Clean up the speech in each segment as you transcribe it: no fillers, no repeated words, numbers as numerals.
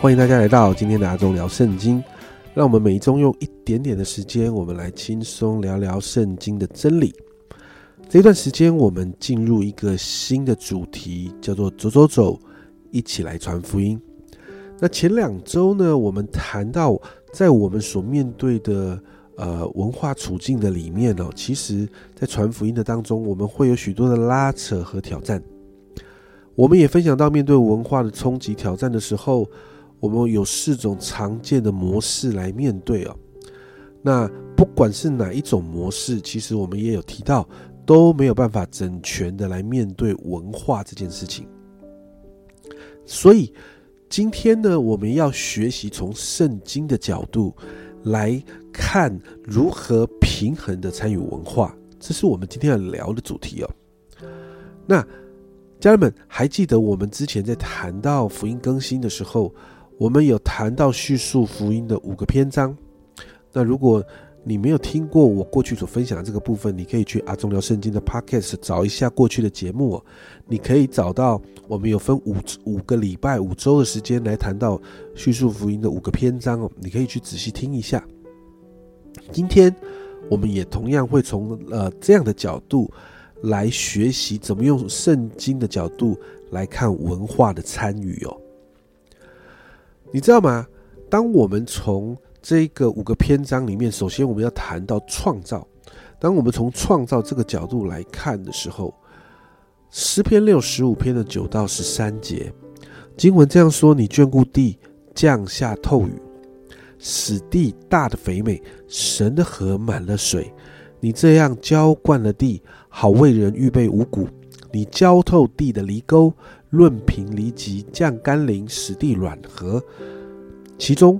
欢迎大家来到今天的阿忠聊圣经，让我们每一周用一点点的时间，我们来轻松聊聊圣经的真理。这一段时间我们进入一个新的主题，叫做走走走，一起来传福音。那前2周呢，我们谈到在我们所面对的文化处境的里面其实在传福音的当中，我们会有许多的拉扯和挑战。我们也分享到面对文化的冲击挑战的时候，我们有4种常见的模式来面对那不管是哪一种模式，其实我们也有提到，都没有办法整全的来面对文化这件事情。所以今天呢，我们要学习从圣经的角度来看如何平衡的参与文化，这是我们今天要聊的主题那家人们还记得我们之前在谈到福音更新的时候，我们有谈到叙述福音的5个篇章。那如果你没有听过我过去所分享的这个部分，你可以去阿忠聊圣经的 Podcast 找一下过去的节目你可以找到我们有分5个礼拜5周的时间来谈到叙述福音的5个篇章你可以去仔细听一下。今天我们也同样会从这样的角度来学习怎么用圣经的角度来看文化的参与你知道吗？当我们从这个5个篇章里面，首先我们要谈到创造。当我们从创造这个角度来看的时候，诗篇65篇的9到13节，经文这样说：你眷顾地，降下透雨，使地大的肥美，神的河满了水。你这样浇灌了地，好为人预备五谷。你浇透地的犁沟，润平犁脊，降甘霖，使地软和。其中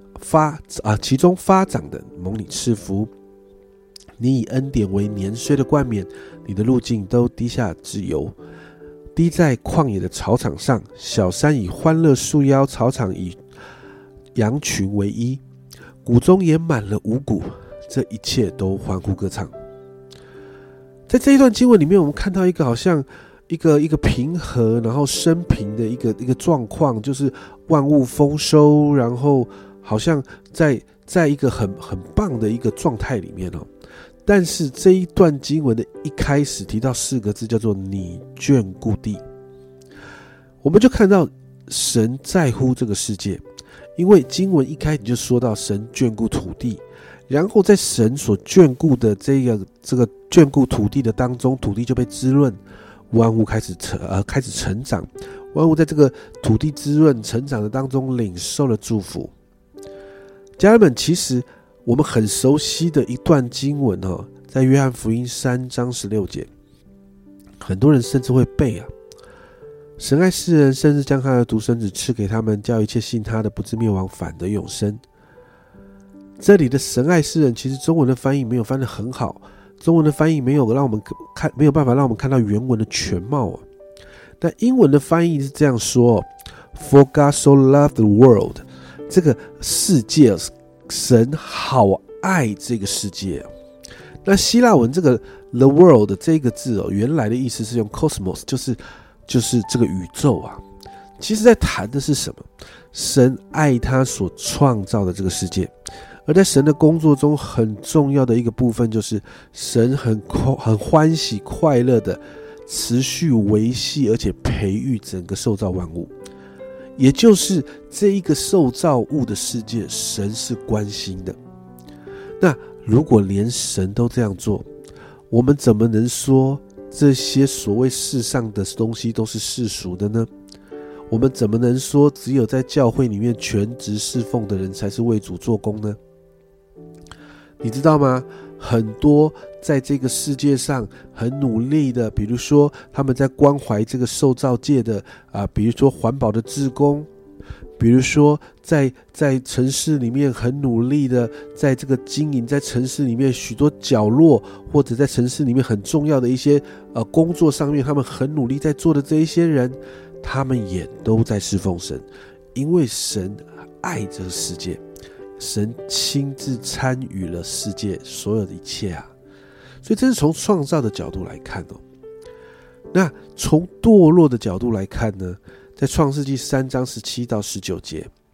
发长的蒙你赐福。你以恩典为年岁的冠冕，你的路径都滴下脂油，滴在旷野的草场上。小山以欢乐束腰，草场以羊群为衣，谷中也满了五谷，这一切都欢呼歌唱。在这一段经文里面，我们看到一个好像一个平和然后生平的一个状况，就是万物丰收，然后好像在一个很棒的一个状态里面但是这一段经文的一开始提到4个字，叫做你眷顾地。我们就看到神在乎这个世界，因为经文一开始就说到神眷顾土地，然后在神所眷顾的这个眷顾土地的当中，土地就被滋润，万物开始成长，万物在这个土地滋润成长的当中领受了祝福。家人们，其实我们很熟悉的一段经文在约翰福音3章16节，很多人甚至会背神爱世人，甚至将他的独生子赐给他们，叫一切信他的不至灭亡，反得永生。这里的神爱世人，其实中文的翻译没有翻得很好，中文的翻译没有办法让我们看到原文的全貌但英文的翻译是这样说：For God so loved the world， 这个世界，神好爱这个世界那希腊文这个 the world 这个字原来的意思是用 cosmos， 就是这个宇宙其实在谈的是什么？神爱他所创造的这个世界，而在神的工作中很重要的一个部分，就是神很欢喜快乐的持续维系而且培育整个受造万物，也就是这一个受造物的世界，神是关心的。那如果连神都这样做，我们怎么能说这些所谓世上的东西都是世俗的呢？我们怎么能说只有在教会里面全职侍奉的人才是为主做工呢？你知道吗？很多在这个世界上很努力的，比如说他们在关怀这个受造界的比如说环保的志工，比如说在城市里面很努力的在这个经营在城市里面许多角落，或者在城市里面很重要的一些工作上面，他们很努力在做的这一些人，他们也都在侍奉神，因为神爱这个世界，神亲自参与了世界所有的一切所以这是从创造的角度来看那从堕落的角度来看呢，在创世纪3章17到19节，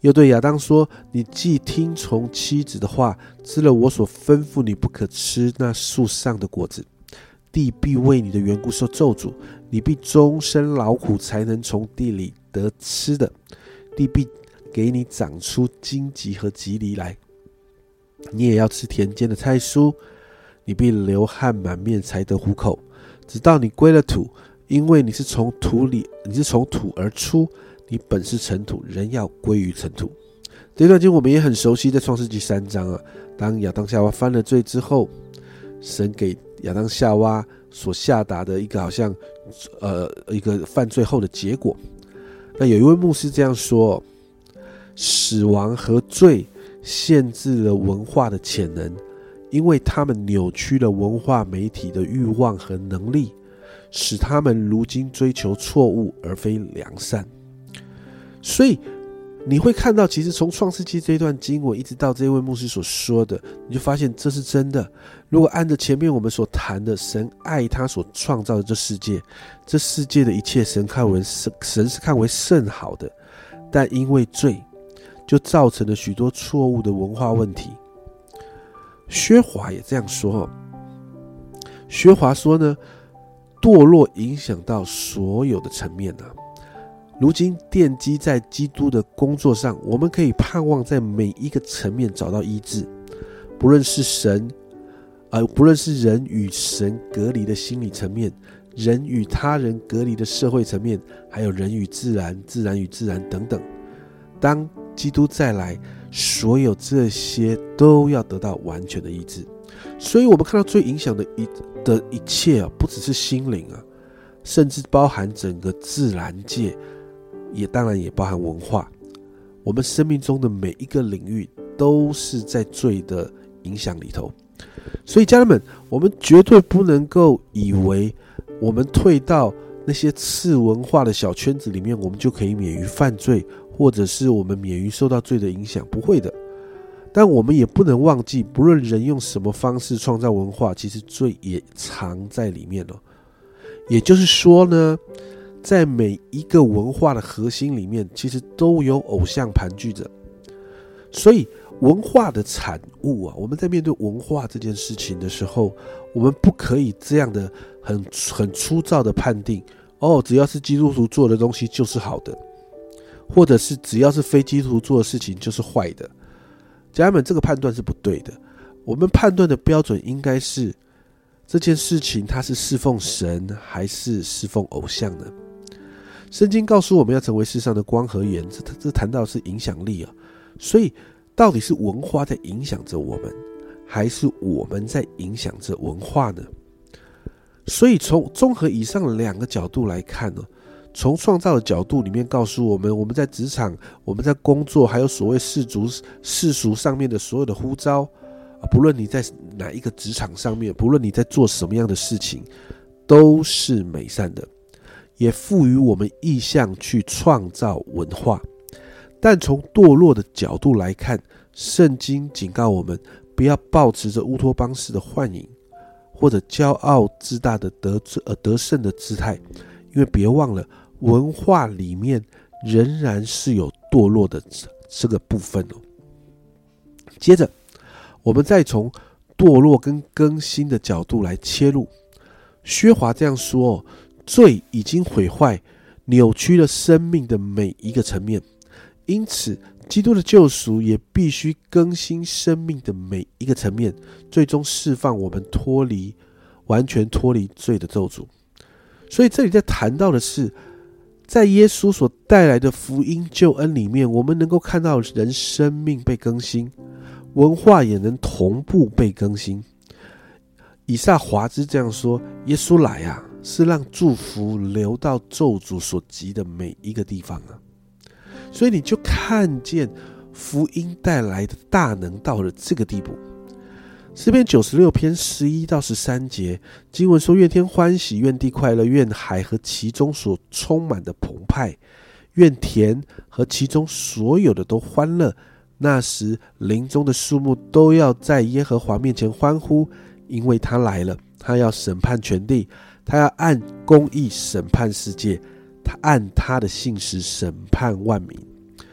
又对亚当说：你既听从妻子的话，吃了我所吩咐你不可吃那树上的果子，地必为你的缘故受咒诅，你必终身劳苦，才能从地里得吃的。地必给你长出荆棘和棘藜来，你也要吃田间的菜蔬，你必流汗满面才得糊口，直到你归了土，因为你是从土而出，你本是尘土，人要归于尘土。这段经我们也很熟悉，在创世纪3章当亚当夏娃犯了罪之后，神给亚当夏娃所下达的一个好像一个犯罪后的结果。那有一位牧师这样说：死亡和罪限制了文化的潜能，因为他们扭曲了文化媒体的欲望和能力，使他们如今追求错误而非良善。所以你会看到，其实从创世纪这段经文一直到这位牧师所说的，你就发现这是真的。如果按照前面我们所谈的，神爱他所创造的这世界，这世界的一切神是看为甚好的，但因为罪就造成了许多错误的文化问题。薛华也这样说，薛华说呢，堕落影响到所有的层面如今奠基在基督的工作上，我们可以盼望在每一个层面找到医治，不论是人与神隔离的心理层面，人与他人隔离的社会层面，还有人与自然、自然与自然等等。当基督再来，所有这些都要得到完全的医治。所以我们看到最影响的一切不只是心灵甚至包含整个自然界，当然也包含文化。我们生命中的每一个领域都是在罪的影响里头。所以家人们，我们绝对不能够以为我们退到那些次文化的小圈子里面，我们就可以免于犯罪，或者是我们免于受到罪的影响，不会的。但我们也不能忘记，不论人用什么方式创造文化，其实罪也藏在里面也就是说呢，在每一个文化的核心里面，其实都有偶像盘踞着。所以文化的产物我们在面对文化这件事情的时候，我们不可以这样的很粗糙的判定只要是基督徒做的东西就是好的，或者是只要是非基督徒做的事情就是坏的。家人们，这个判断是不对的。我们判断的标准应该是这件事情它是侍奉神还是侍奉偶像呢？圣经告诉我们要成为世上的光和盐，这谈到的是影响力所以到底是文化在影响着我们，还是我们在影响着文化呢？所以从综合以上两个角度来看从创造的角度里面告诉我们，我们在职场，我们在工作，还有所谓世俗上面的所有的呼召不论你在哪一个职场上面，不论你在做什么样的事情，都是美善的，也赋予我们意向去创造文化。但从堕落的角度来看，圣经警告我们不要抱持着乌托邦式的幻影，或者骄傲自大的得胜的姿态，因为别忘了文化里面仍然是有堕落的这个部分接着我们再从堕落跟更新的角度来切入。薛华这样说罪已经毁坏扭曲了生命的每一个层面，因此基督的救赎也必须更新生命的每一个层面，最终释放我们完全脱离罪的咒诅。所以这里在谈到的是，在耶稣所带来的福音救恩里面，我们能够看到人生命被更新，文化也能同步被更新。以撒华兹这样说，耶稣来是让祝福流到咒诅所及的每一个地方所以你就看见福音带来的大能到了这个地步。诗篇96篇11到13节经文说，愿天欢喜，愿地快乐，愿海和其中所充满的澎湃，愿田和其中所有的都欢乐。那时林中的树木都要在耶和华面前欢呼，因为他来了，他要审判全地，他要按公义审判世界，他按他的信实审判万民。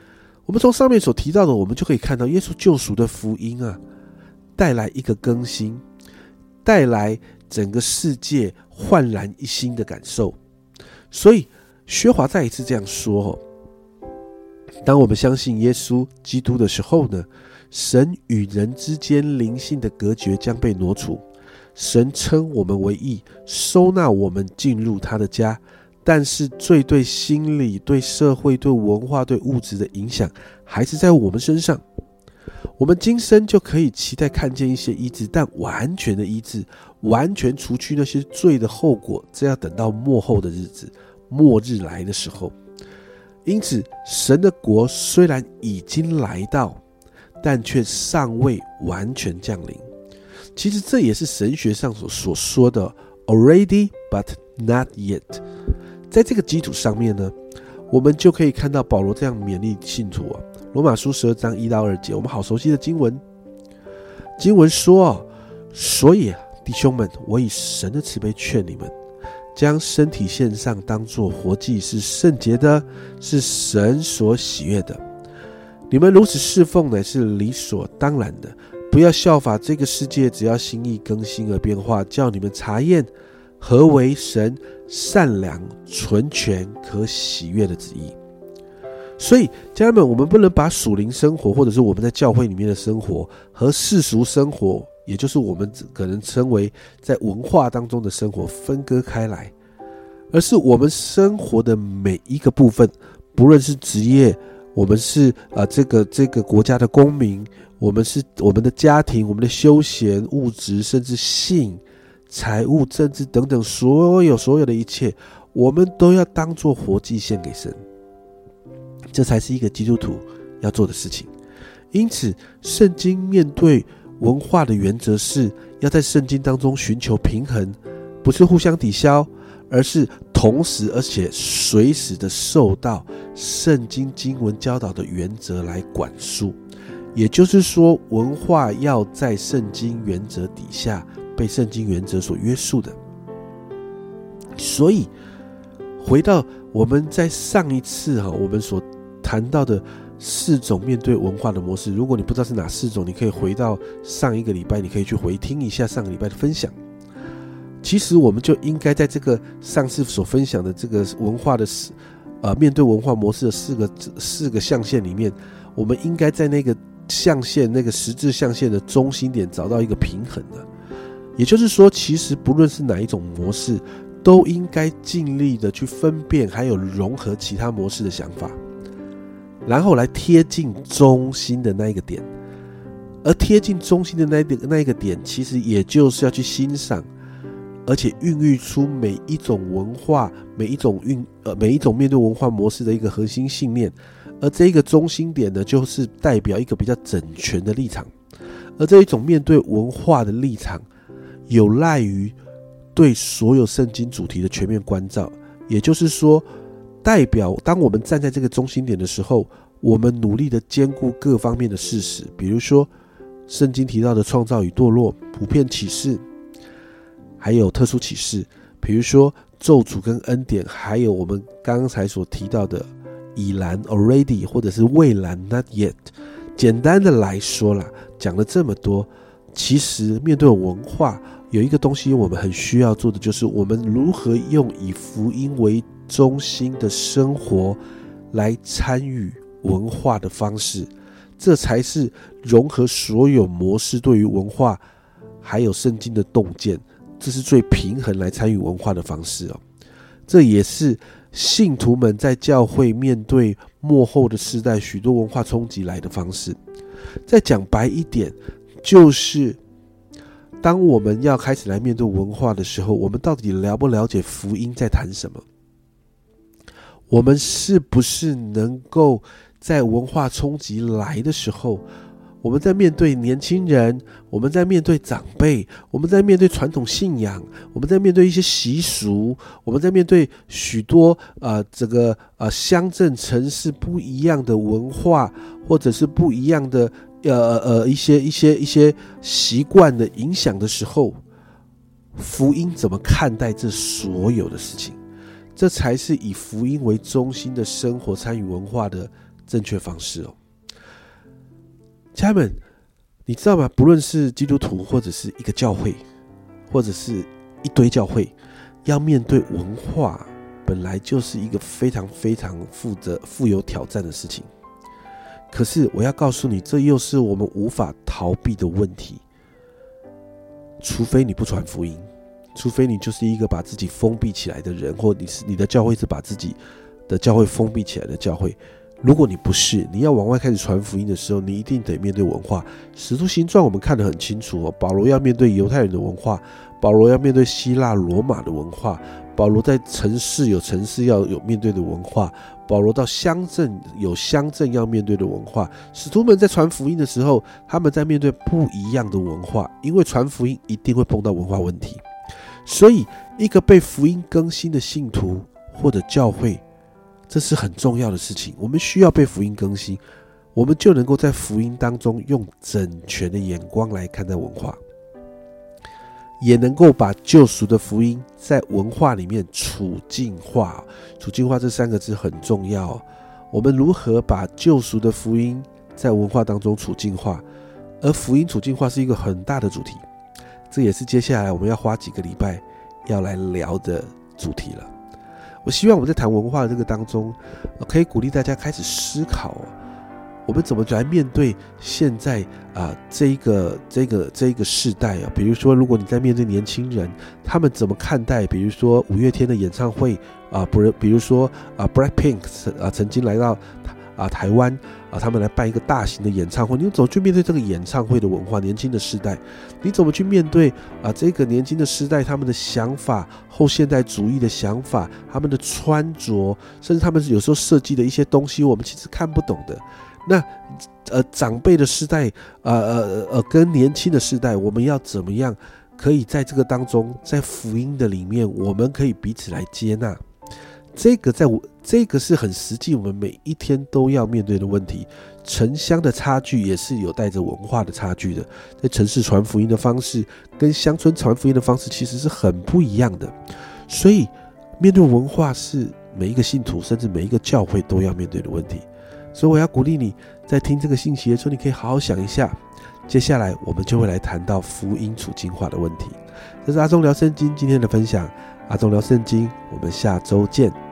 我们从上面所提到的，我们就可以看到耶稣救赎的福音啊，带来一个更新，带来整个世界焕然一新的感受。所以薛华再一次这样说，当我们相信耶稣基督的时候呢，神与人之间灵性的隔绝将被挪除，神称我们为义，收纳我们进入他的家。但是罪对心理、对社会、对文化、对物质的影响还是在我们身上。我们今生就可以期待看见一些医治，但完全的医治，完全除去那些罪的后果，这要等到末后的日子，末日来的时候。因此神的国虽然已经来到，但却尚未完全降临。其实这也是神学上所说的 already but not yet。在这个基础上面呢，我们就可以看到保罗这样勉励信徒啊，罗马书12章1到2节，我们好熟悉的经文。经文说，所以弟兄们，我以神的慈悲劝你们，将身体献上，当作活祭，是圣洁的，是神所喜悦的。你们如此侍奉乃是理所当然的，不要效法这个世界，只要心意更新而变化，叫你们查验何为神善良、纯全、可喜悦的旨意。所以家人们，我们不能把属灵生活，或者是我们在教会里面的生活和世俗生活，也就是我们可能称为在文化当中的生活分割开来，而是我们生活的每一个部分，不论是职业，我们是这个国家的公民，我们是我们的家庭，我们的休闲、物质，甚至性、财务、政治等等，所有的一切，我们都要当作活祭献给神。这才是一个基督徒要做的事情。因此圣经面对文化的原则是要在圣经当中寻求平衡，不是互相抵消，而是同时而且随时的受到圣经经文教导的原则来管束。也就是说，文化要在圣经原则底下被圣经原则所约束的。所以回到我们在上一次我们所谈到的4种面对文化的模式，如果你不知道是哪4种，你可以回到上一个礼拜，你可以去回听一下上个礼拜的分享。其实我们就应该在这个上次所分享的这个文化的面对文化模式的四个象限里面，我们应该在那个象限，那个十字象限的中心点找到一个平衡的。也就是说，其实不论是哪一种模式，都应该尽力的去分辨还有融合其他模式的想法，然后来贴近中心的那一个点。而贴近中心的那一个点，其实也就是要去欣赏而且孕育出每一种文化、每一种面对文化模式的一个核心信念。而这一个中心点呢，就是代表一个比较整全的立场。而这一种面对文化的立场，有赖于对所有圣经主题的全面关照。也就是说，代表当我们站在这个中心点的时候，我们努力的兼顾各方面的事实，比如说圣经提到的创造与堕落、普遍启示，还有特殊启示，比如说咒诅跟恩典，还有我们刚才所提到的已然 already 或者是未然 not yet。 简单的来说啦，讲了这么多，其实面对文化有一个东西我们很需要做的，就是我们如何用以福音为中心的生活来参与文化的方式。这才是融合所有模式对于文化还有圣经的洞见，这是最平衡来参与文化的方式。这也是信徒们在教会面对末后的世代许多文化冲击来的方式。再讲白一点，就是当我们要开始来面对文化的时候，我们到底了不了解福音在谈什么？我们是不是能够在文化冲击来的时候，我们在面对年轻人，我们在面对长辈，我们在面对传统信仰，我们在面对一些习俗，我们在面对许多乡镇城市不一样的文化，或者是不一样的一些习惯的影响的时候，福音怎么看待这所有的事情？这才是以福音为中心的生活参与文化的正确方式。 家人们，你知道吗？不论是基督徒，或者是一个教会，或者是一堆教会，要面对文化，本来就是一个非常非常富有挑战的事情。可是我要告诉你，这又是我们无法逃避的问题。除非你不传福音，除非你就是一个把自己封闭起来的人，或你的教会是把自己的教会封闭起来的教会。如果你不是，你要往外开始传福音的时候，你一定得面对文化。使徒行传我们看得很清楚保罗要面对犹太人的文化，保罗要面对希腊罗马的文化，保罗在城市有城市要有面对的文化，保罗到乡镇有乡镇要面对的文化。使徒们在传福音的时候，他们在面对不一样的文化，因为传福音一定会碰到文化问题。所以一个被福音更新的信徒或者教会，这是很重要的事情。我们需要被福音更新，我们就能够在福音当中用整全的眼光来看待文化，也能够把救赎的福音在文化里面处境化。处境化这3个字很重要。我们如何把救赎的福音在文化当中处境化？而福音处境化是一个很大的主题，这也是接下来我们要花几个礼拜要来聊的主题了。我希望我们在谈文化的这个当中，可以鼓励大家开始思考，我们怎么来面对现在这一个世代比如说，如果你在面对年轻人，他们怎么看待，比如说5月天的演唱会比如说Blackpink 曾经来到台湾他们来办一个大型的演唱会，你怎么去面对这个演唱会的文化？年轻的世代，你怎么去面对这个年轻的世代他们的想法，后现代主义的想法，他们的穿着，甚至他们有时候设计的一些东西，我们其实看不懂的。那长辈的世代跟年轻的世代，我们要怎么样可以在这个当中，在福音的里面，我们可以彼此来接纳？这个是很实际，我们每一天都要面对的问题。城乡的差距也是有带着文化的差距的，在城市传福音的方式跟乡村传福音的方式其实是很不一样的。所以面对文化是每一个信徒甚至每一个教会都要面对的问题。所以我要鼓励你在听这个信息的时候，你可以好好想一下，接下来我们就会来谈到福音处境化的问题。这是阿忠聊圣经今天的分享，阿忠聊圣经，我们下周见。